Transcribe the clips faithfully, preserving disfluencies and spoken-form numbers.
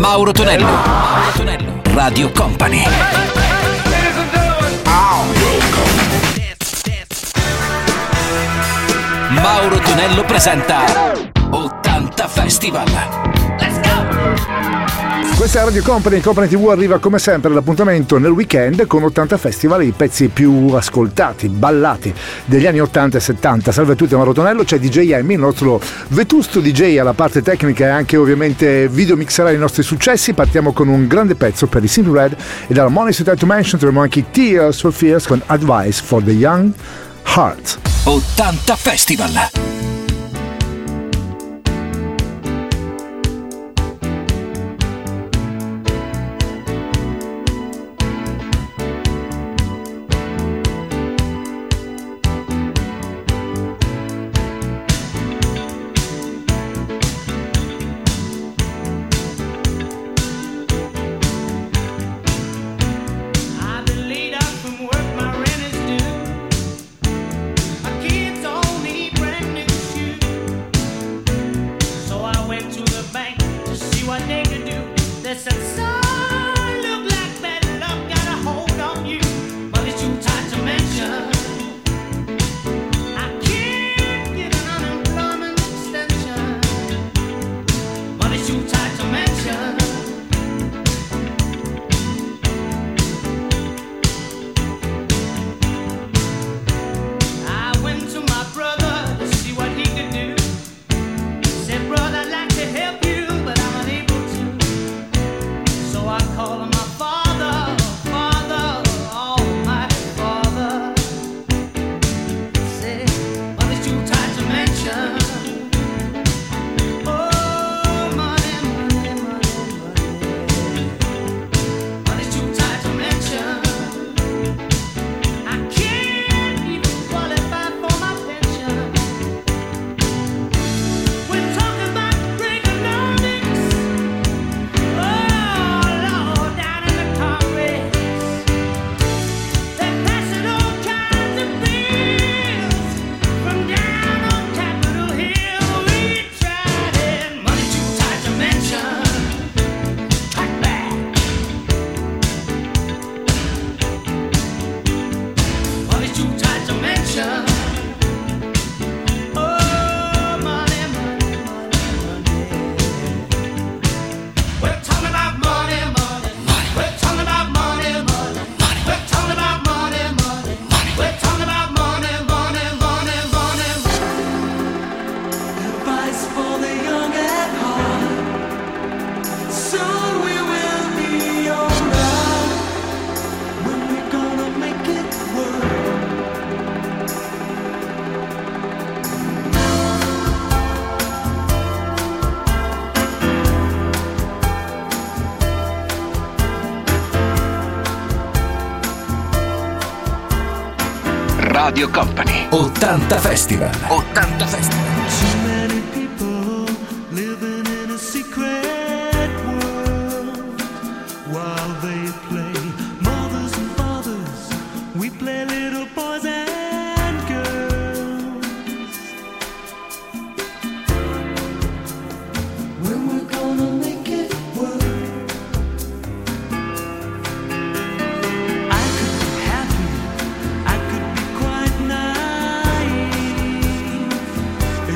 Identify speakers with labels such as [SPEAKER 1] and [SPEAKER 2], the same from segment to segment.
[SPEAKER 1] Mauro Tonello, Mauro Tonello, Radio Company. Mauro Tonello presenta ottanta Festival. Let's go!
[SPEAKER 2] Questa è Radio Company, Company tivù arriva come sempre l'appuntamento nel weekend con ottanta Festival, i pezzi più ascoltati, ballati degli anni ottanta e settanta. Salve a tutti, Mauro Tonello, c'è D J Emmy, il nostro vetusto D J alla parte tecnica e anche ovviamente video mixerà i nostri successi. Partiamo con un grande pezzo per i Simply Red e dalla Money to to Mention to the Monkey Tears for Fears con Advice for the Young Heart.
[SPEAKER 1] ottanta Festival. Radio Company, ottanta Festival. ottanta Festival.
[SPEAKER 3] I could be quite naive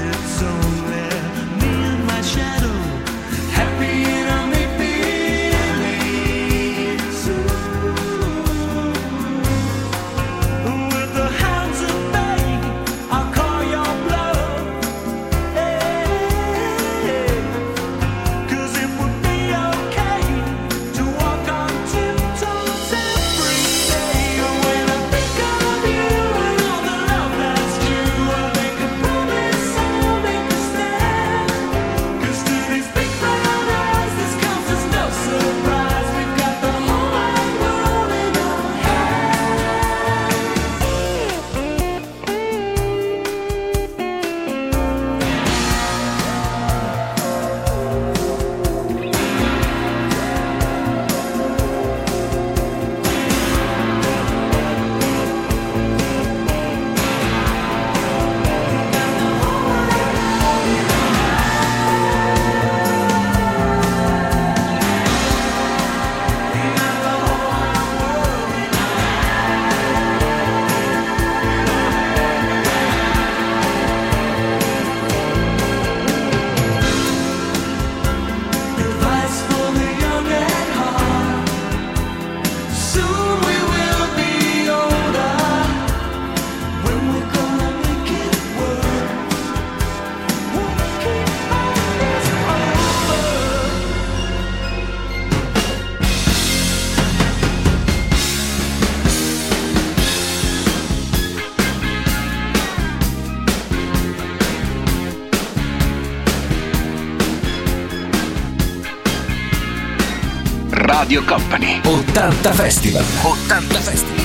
[SPEAKER 1] Radio Company. ottanta Festival. ottanta Festival.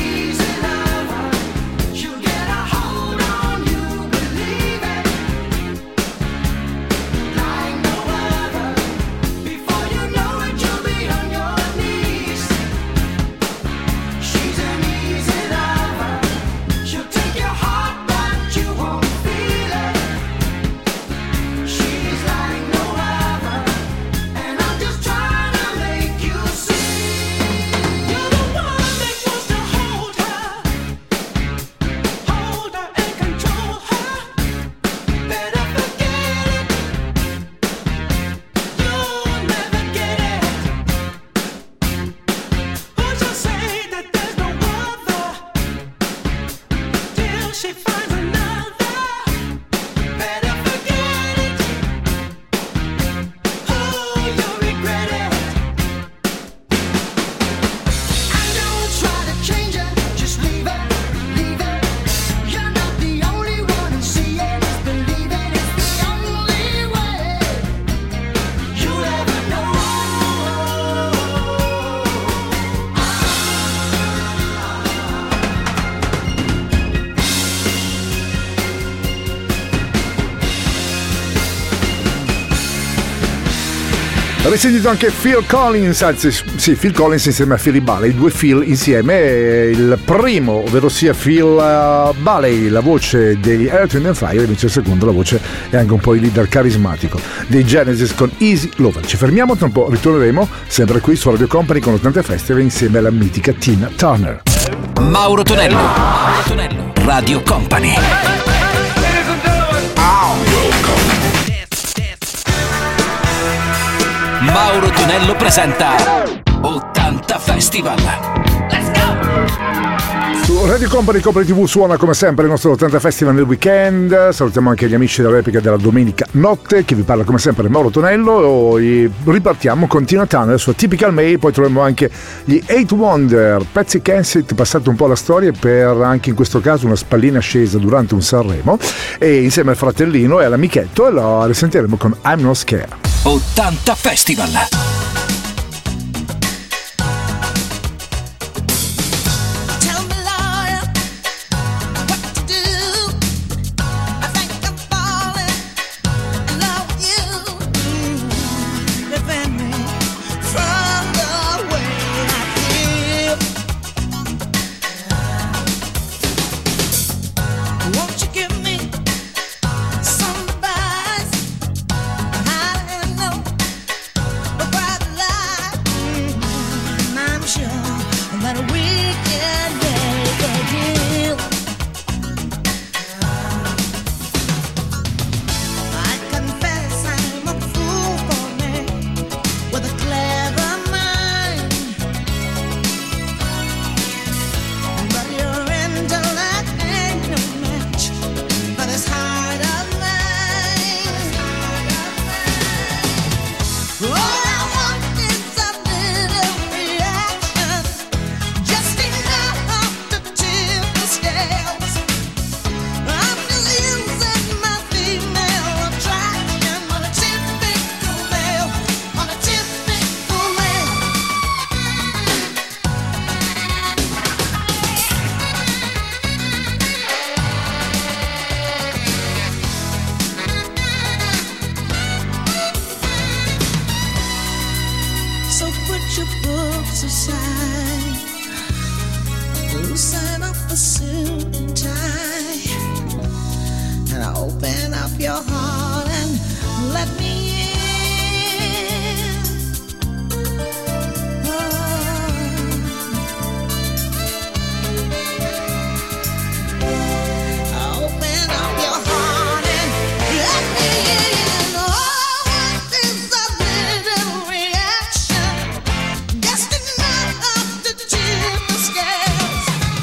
[SPEAKER 2] Avete sentito anche Phil Collins, anzi sì, Phil Collins insieme a Philly Bailey, i due Phil insieme. Il primo, ovvero sia Phil Bailey, la voce degli Earth, Wind and Fire, invece il secondo la voce è anche un po' il leader carismatico dei Genesis con Easy Lover. Ci fermiamo tra un po', ritorneremo sempre qui su Radio Company con ottanta Festival insieme alla mitica Tina Turner.
[SPEAKER 1] Mauro Tonello, Mauro Tonello, Radio Company. Mauro Tonello presenta ottanta Festival. Let's go!
[SPEAKER 2] Su Radio Company Company tivù suona come sempre il nostro ottanta Festival nel weekend. Salutiamo anche gli amici della replica della domenica notte. Che vi parla come sempre Mauro Tonello. E ripartiamo con Tina Turner, sua Typical May. Poi troviamo anche gli Eight Wonder, Patsy Kensit, passate un po' la storia per anche in questo caso una spallina scesa durante un Sanremo. E insieme al fratellino e all'amichetto e la risentiremo con I'm Not Scared.
[SPEAKER 1] ottanta Festival.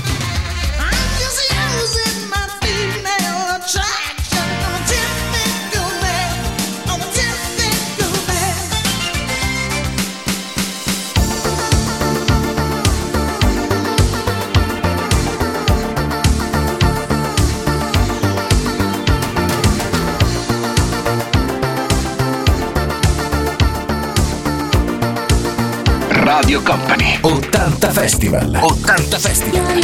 [SPEAKER 3] Try, I'm
[SPEAKER 1] Radio Company. ottanta Festival. ottanta Festival.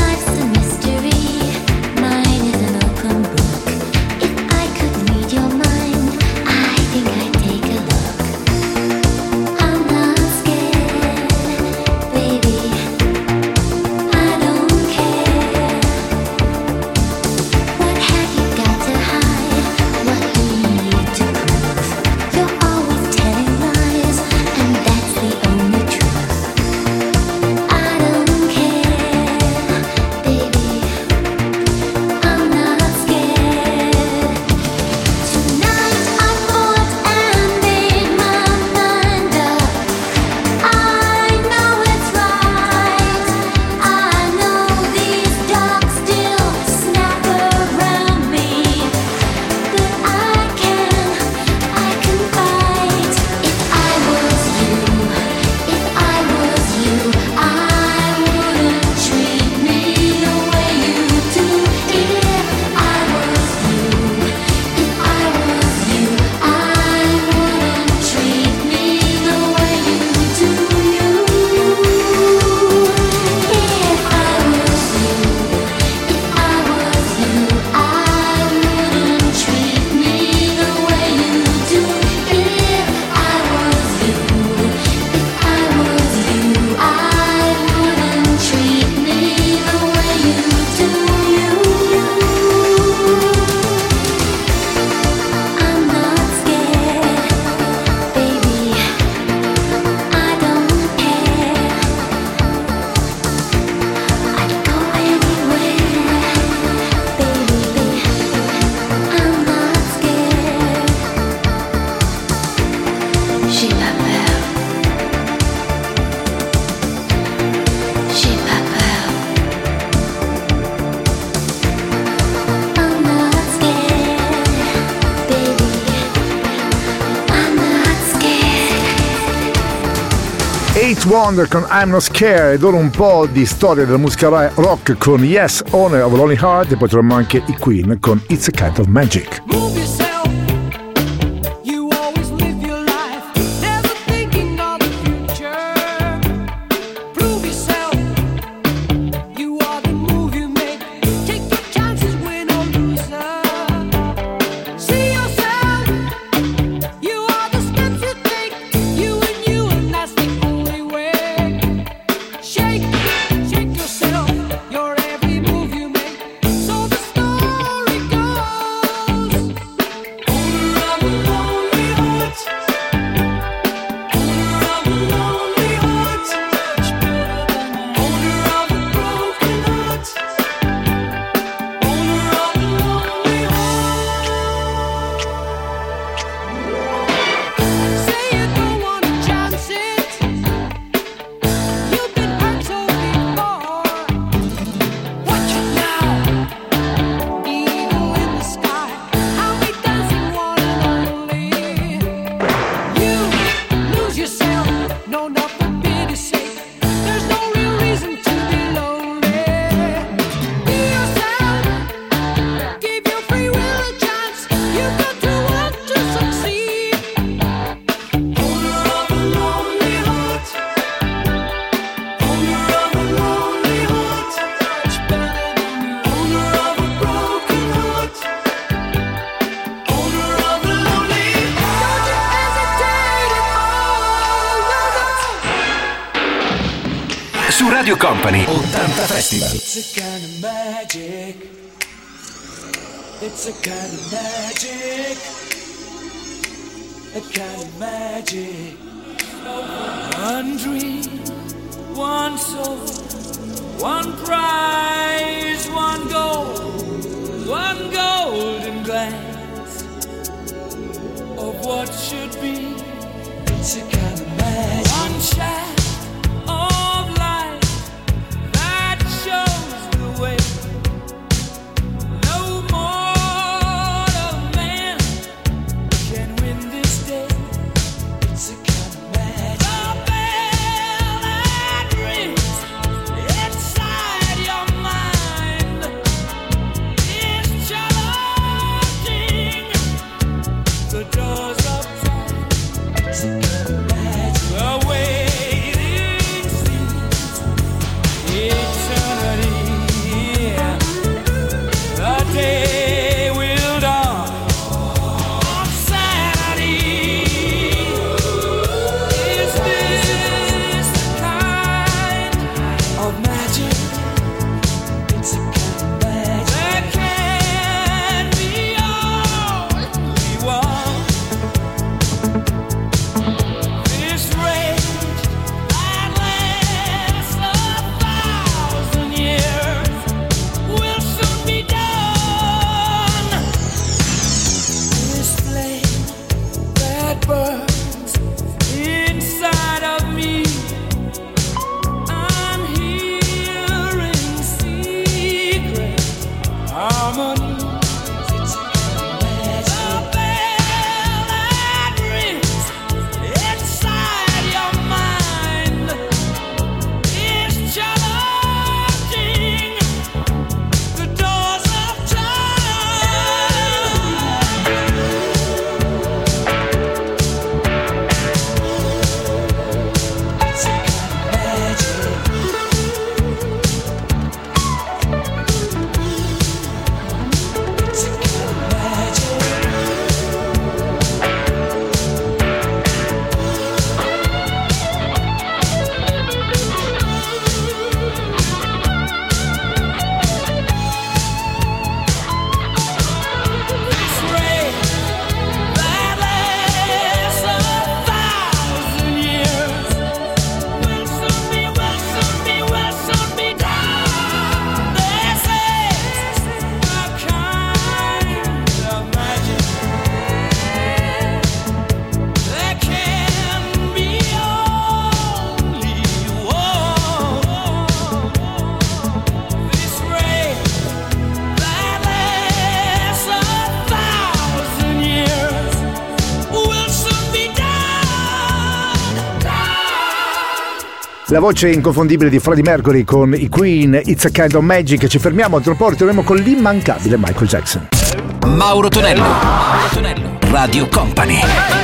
[SPEAKER 2] Eighth Wonder con I'm Not Scared, ed ora un po' di storia della musica rock con Yes, Owner of a Lonely Heart, e poi troviamo anche i Queen con It's a Kind of Magic.
[SPEAKER 1] Su Radio Company ottanta Festival.
[SPEAKER 3] It's a kind of magic. It's a kind of magic. A kind of magic. One dream, one soul, one prize, one goal, one golden glance of what should be. It's a kind of magic. One shaft of light that shows the way. No mortal man can win this day. It's a kind of magic. The bell that rings inside your
[SPEAKER 2] La voce inconfondibile di Freddie Mercury con i Queen, It's a Kind of Magic. Ci fermiamo, tra poco ritorniamo con l'immancabile Michael Jackson.
[SPEAKER 1] Mauro Tonello, Mauro Tonello, Radio Company.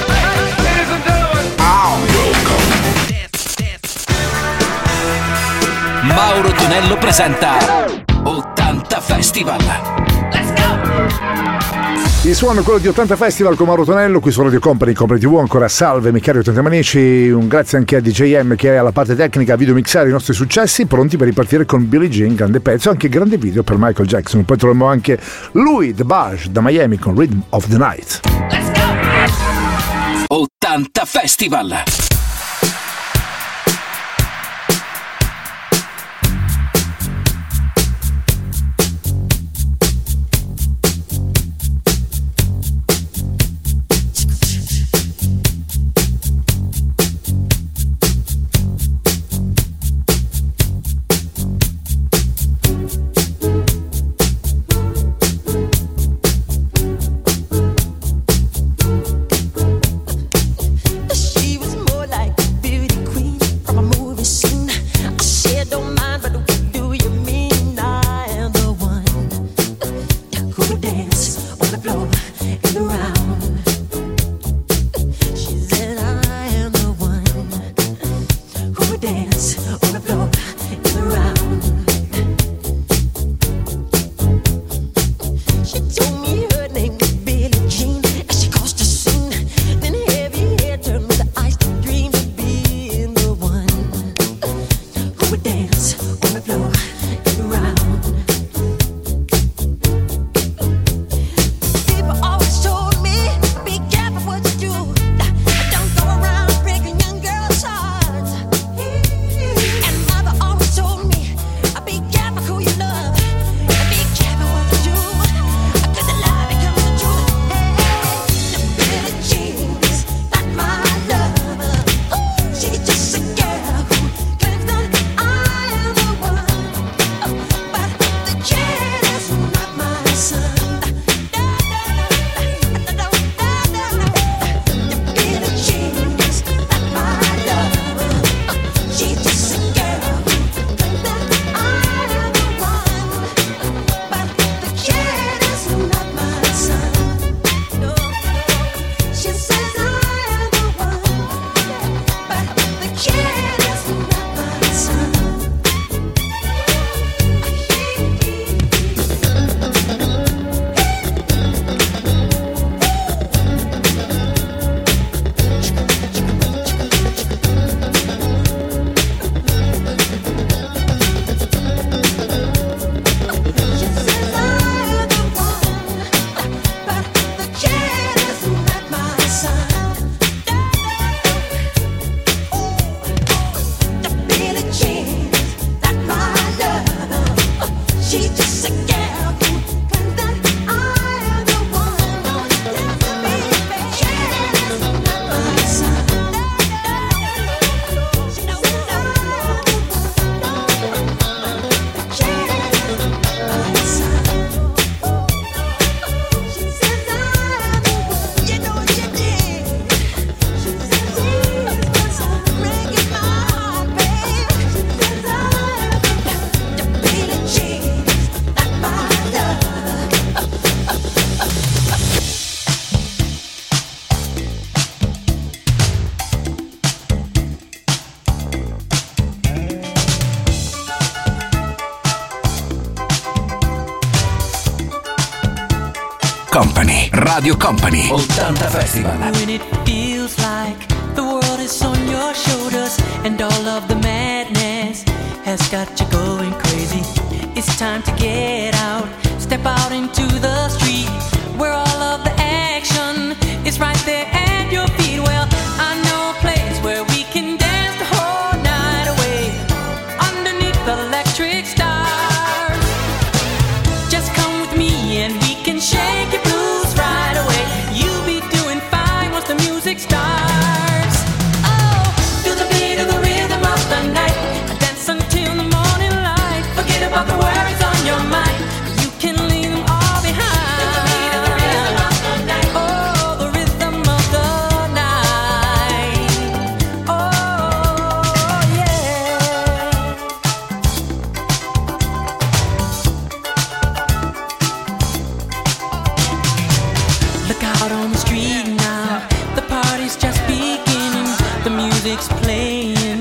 [SPEAKER 1] Mauro Tonello presenta ottanta Festival. Let's go!
[SPEAKER 2] Il suono è quello di ottanta Festival con Mauro Tonello qui su Radio Company, Company tivù. Ancora salve, miei cari ottanta manici. Un grazie anche a D J M che è alla parte tecnica a videomixare i nostri successi, pronti per ripartire con Billie Jean, grande pezzo, anche grande video per Michael Jackson. Poi troviamo anche lui, The Bush, da Miami con Rhythm of the Night.
[SPEAKER 1] Let's go! ottanta Festival.
[SPEAKER 4] She was more like a beauty queen from a movie scene. I said don't mind, but what do you mean? I am the one who would dance on the floor and around. She said I am the one who would dance on the floor and around. She told me her name was Billie Jean, and she caused a scene. Then heavy hair turned with the eyes to dream of being the one who would dance on the floor and around. People always told me, be careful what you do. Don't go around breaking young girls' hearts. And mother always told me, be careful who you love. And be careful what you do. Cause the lie becomes the truth. Hey, the Billie Jean's not my lover. She's just a girl who claims that I am the one. But the kid is not my son. The Billie Jean's not my lover. She's just a girl who claims that I am the one. But the kid is not my son. No, she says I am the one, but the kid is not my son. She says I am the one, but the kid is not my son. The Billie Jean's not my lover. She's just a girl who claims that I am the one. The kid is not my son. No, no, the kid is not my son. She says I am the one. You know what you did. She says he's breaking my heart, babe. She says I am the Billie Jean's not my lover.
[SPEAKER 1] Company, Radio Company, ottanta Festival.
[SPEAKER 3] When it feels like the world is on your shoulders and all of the madness has got you going crazy, it's time to get out, step out into the street where all of the action is right there at your feet. Well, I know a place where we can dance the whole night away underneath the electric stars. Just come with me and we can shake your blues right away. You'll be doing fine once the music starts. Oh, feel the beat of the rhythm of the night. Dance until the morning light. Forget about the worries on your mind. You can leave them all behind.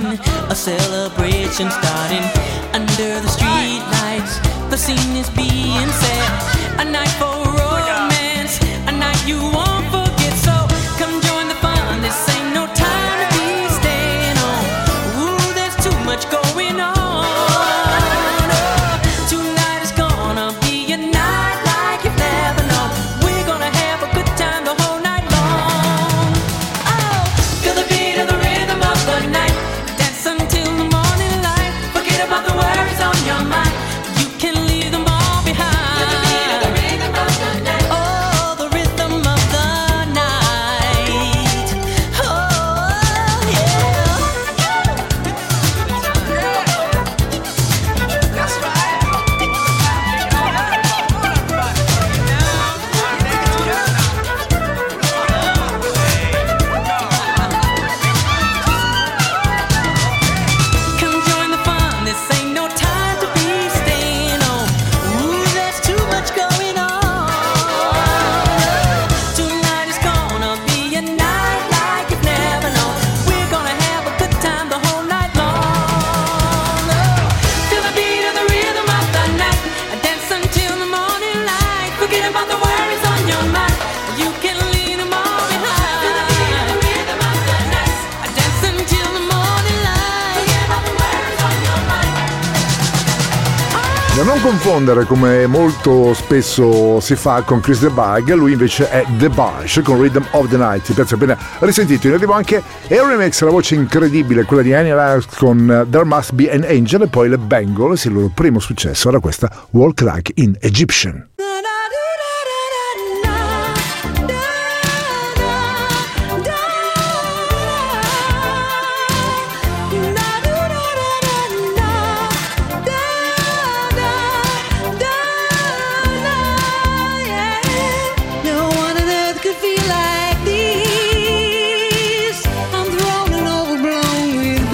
[SPEAKER 3] scene, a celebration starting under the street lights. The scene is being set, a night for romance, a night you won't forget. So come join the fun, this ain't no time to be staying on. Ooh, there's too much going on. Oh, tonight is gonna be a night like you've never known. We're gonna have a good time the whole night long. Oh, feel the beat of the rhythm of the night. Dance until the morning light. Forget about the worries on your mind. You can leave them all behind. Feel the beat of the rhythm of the night. Oh, the rhythm of the night. Oh, yeah. That's right. Come join the fun, this ain't no time to be staying on. Ooh, there's too much going on. Tonight is gonna be a night like you've never known. We're gonna have a good time the whole night long. Oh, feel the beat of the rhythm of the night. Dance until the morning light. Forget about the worries on your mind. You can leave them all behind. Feel the beat of the rhythm of the night. Dance until the morning light. Forget about the worries on your mind.
[SPEAKER 2] Da non confondere, come molto spesso si fa, con Chris The Bug, lui invece è The Bush con Rhythm of the Night, il pezzo appena risentito. In arrivo anche Eurythmics, la voce incredibile, quella di Annie Lennox con There Must Be an Angel, e poi le Bangles, il loro primo successo era questa Walk Like in Egyptian.
[SPEAKER 4] No one on earth could feel like this. I'm thrown and overblown with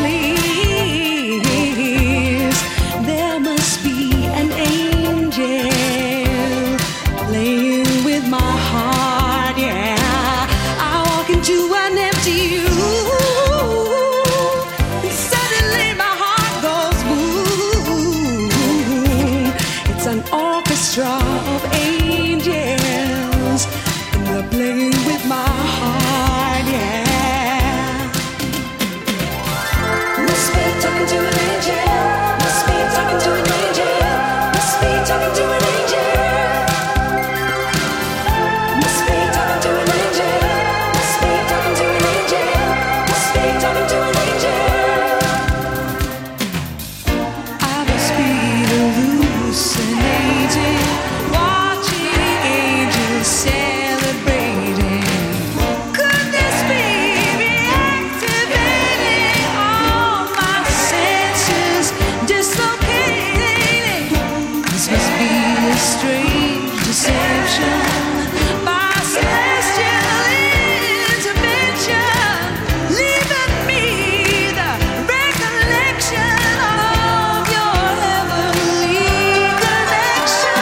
[SPEAKER 4] bliss. There must be an angel playing with my heart, yeah. I walk into an empty room, and suddenly my heart goes boom. It's an orchestra of angels, and they're playing with my heart, yeah. Must be talking to an angel. Must be talking to an angel. Must be talking to an angel. Must be talking to an angel. Must be talking to an angel. Must be talking to an angel. I must be hallucinating, watching angels celebrating. Could this be reactivating all my senses, dislocating? This must be a strange deception by celestial intervention, leaving me the recollection of your heavenly connection.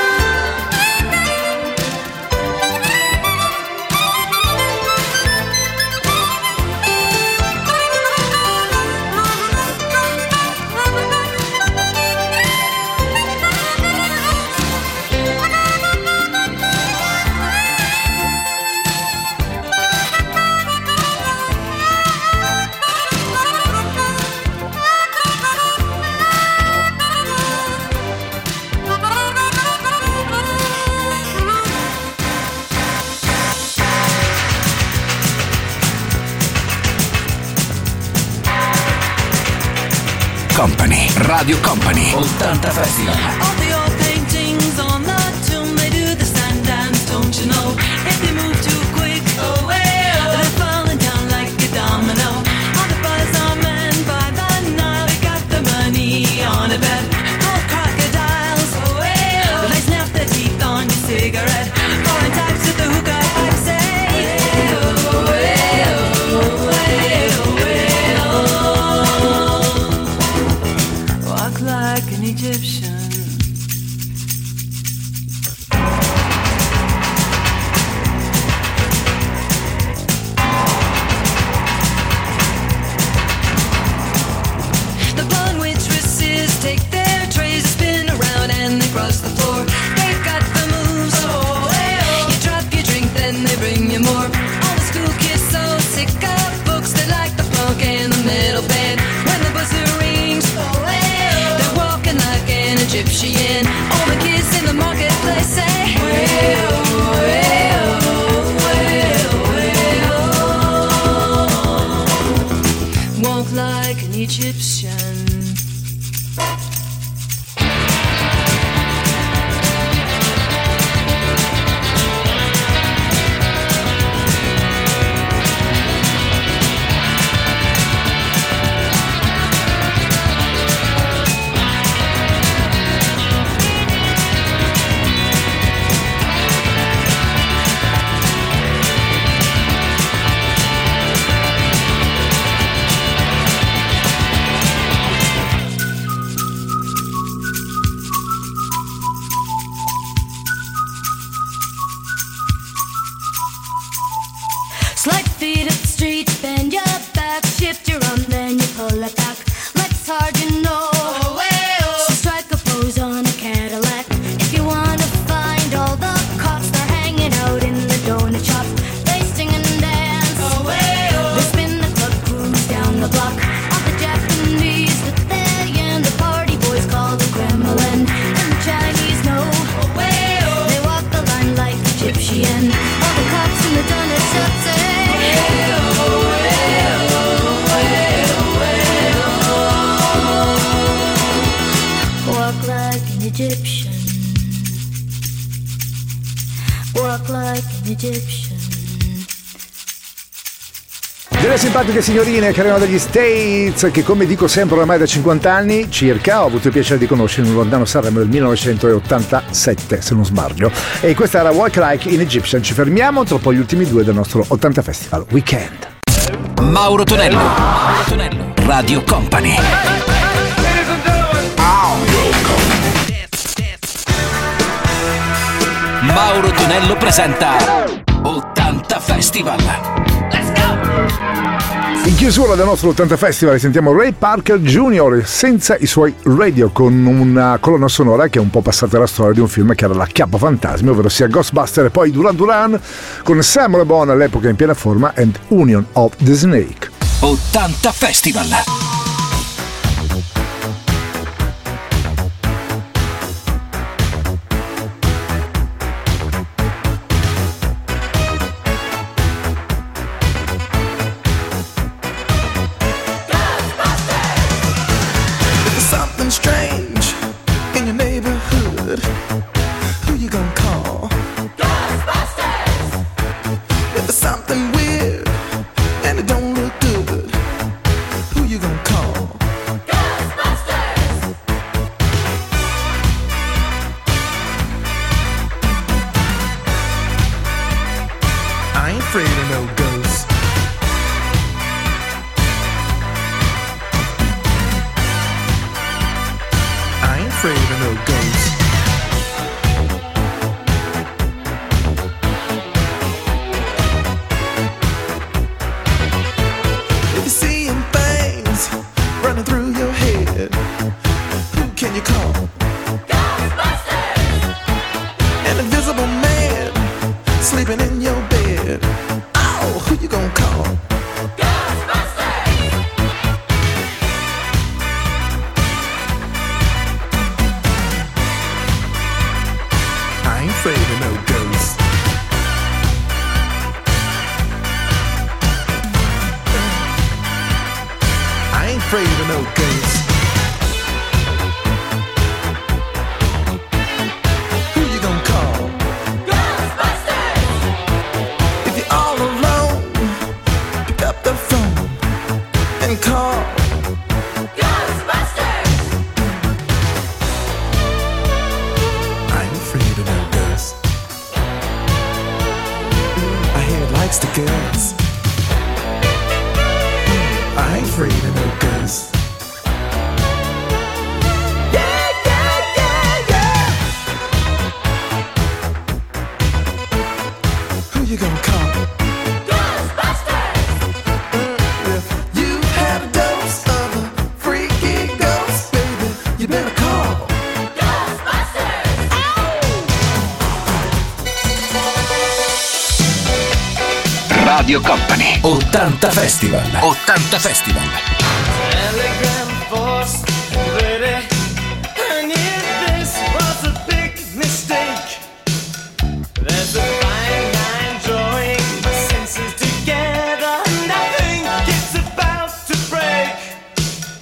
[SPEAKER 1] Company, Radio Company, ottanta Festival.
[SPEAKER 3] All the old paintings on the tomb, they do the stand dance, don't you know? If they move too quick, oh well, they're falling down like a domino. All the buzz are men by the Nile, they got the money on a bet. Gold crocodiles, oh well, they snap their teeth on your cigarette. Foreign types with the hookah pipe say, oh well, oh well, oh well. Walk like an Egyptian. Egyptian.
[SPEAKER 5] Slide feet up the street, bend your back, shift your arm, then you pull it back. Let's hard, you know. Oh, hey, oh. So strike a pose on a Cadillac. If you wanna find all the cops, they're hanging out in the donut shop. They sing and dance. Oh, hey, oh. They spin the club cruise down the block. All the Japanese that they and the party boys call the Kremlin. And the Chinese know. Oh, hey, oh. They walk the line like Egyptian. All the cops in the donut shop say. Walk like an Egyptian. Walk like an Egyptian.
[SPEAKER 2] Delle simpatiche signorine che arrivano dagli States, che come dico sempre ormai da cinquanta anni circa ho avuto il piacere di conoscere in un lontano Sanremo del millenovecentottantasette, se non sbaglio. E questa era Walk Like in Egyptian. Ci fermiamo, tra poi gli ultimi due del nostro ottanta Festival Weekend.
[SPEAKER 1] Mauro Tonello, Mauro Tonello, Radio Company. Mauro Tonello presenta ottanta Festival. Let's go!
[SPEAKER 2] In chiusura del nostro ottanta Festival sentiamo Ray Parker Junior senza i suoi radio, con una colonna sonora che è un po' passata alla storia di un film che era L'acchiappo fantasmi, ovvero sia Ghostbuster, e poi Duran Duran con Sam Le Bon all'epoca in piena forma and Union of the Snake.
[SPEAKER 1] ottanta Festival.
[SPEAKER 6] Strange in your neighborhood, who you gonna call? Ghostbusters! If there's something weird and it don't look good, who you gonna call? Ghostbusters! I ain't afraid of no ghosts. Afraid of no ghosts. If you're seeing things running through your head, who can you call? Ghostbusters! An invisible man sleeping in your bed. Oh, who you gonna call? Afraid of no ghosts. I ain't afraid of no ghosts. Who you gonna call? Ghostbusters! If you're all alone, pick up the phone and call Ghostbusters! I ain't afraid of no ghosts. Likes the girls. I ain't afraid of no ghosts. Yeah, yeah, yeah, yeah. Who you gonna call? Ghostbusters! If you had a dose of a freaky ghost, baby, you better call Ghostbusters!
[SPEAKER 1] Radio Company. ottanta Festival. ottanta Festival.
[SPEAKER 7] Telegram force, ready. And if this was a big mistake, there's a fine line drawing my senses together, and I think it's about to break.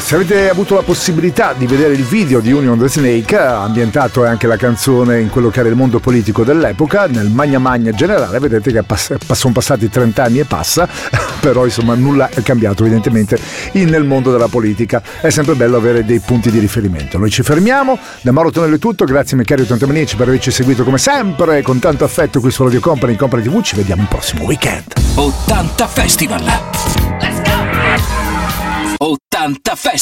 [SPEAKER 2] se avete avuto la possibilità di vedere il video di Union the Snake, ha ambientato anche la canzone in quello che era il mondo politico dell'epoca, nel magna magna generale, vedete che pass- sono passati trenta anni e passa, però insomma nulla è cambiato evidentemente in, nel mondo della politica. È sempre bello avere dei punti di riferimento. Noi ci fermiamo, da Mauro Tonello è tutto, grazie Meccario ottanta Maniaci per averci seguito come sempre, con tanto affetto qui su Radio Company, in Company tivù, ci vediamo il prossimo weekend.
[SPEAKER 1] ottanta Festival. Let's go! ottanta Festival.